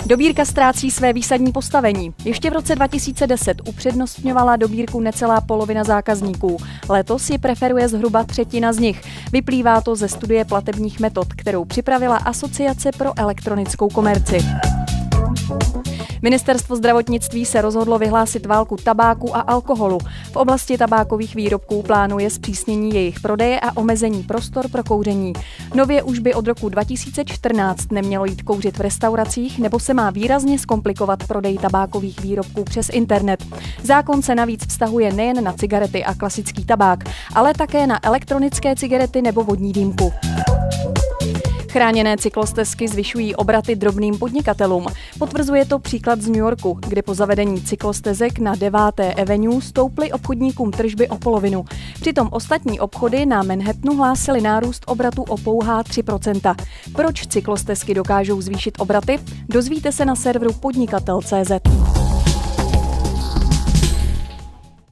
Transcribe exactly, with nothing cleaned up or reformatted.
Dobírka ztrácí své výsadní postavení. Ještě v roce dva tisíce deset upřednostňovala dobírku necelá polovina zákazníků. Letos ji preferuje zhruba třetina z nich. Vyplývá to ze studie platebních metod, kterou připravila Asociace pro elektronickou komerci. Ministerstvo zdravotnictví se rozhodlo vyhlásit válku tabáku a alkoholu. V oblasti tabákových výrobků plánuje zpřísnění jejich prodeje a omezení prostor pro kouření. Nově už by od roku dva tisíce čtrnáct nemělo jít kouřit v restauracích, nebo se má výrazně zkomplikovat prodej tabákových výrobků přes internet. Zákon se navíc vztahuje nejen na cigarety a klasický tabák, ale také na elektronické cigarety nebo vodní dýmku. Chráněné cyklostezky zvyšují obraty drobným podnikatelům. Potvrzuje to příklad z New Yorku, kde po zavedení cyklostezek na deváté Avenue stouply obchodníkům tržby o polovinu. Přitom ostatní obchody na Manhattanu hlásily nárůst obratu o pouhá tři procenta. Proč cyklostezky dokážou zvýšit obraty? Dozvíte se na serveru podnikatel tečka cé zet.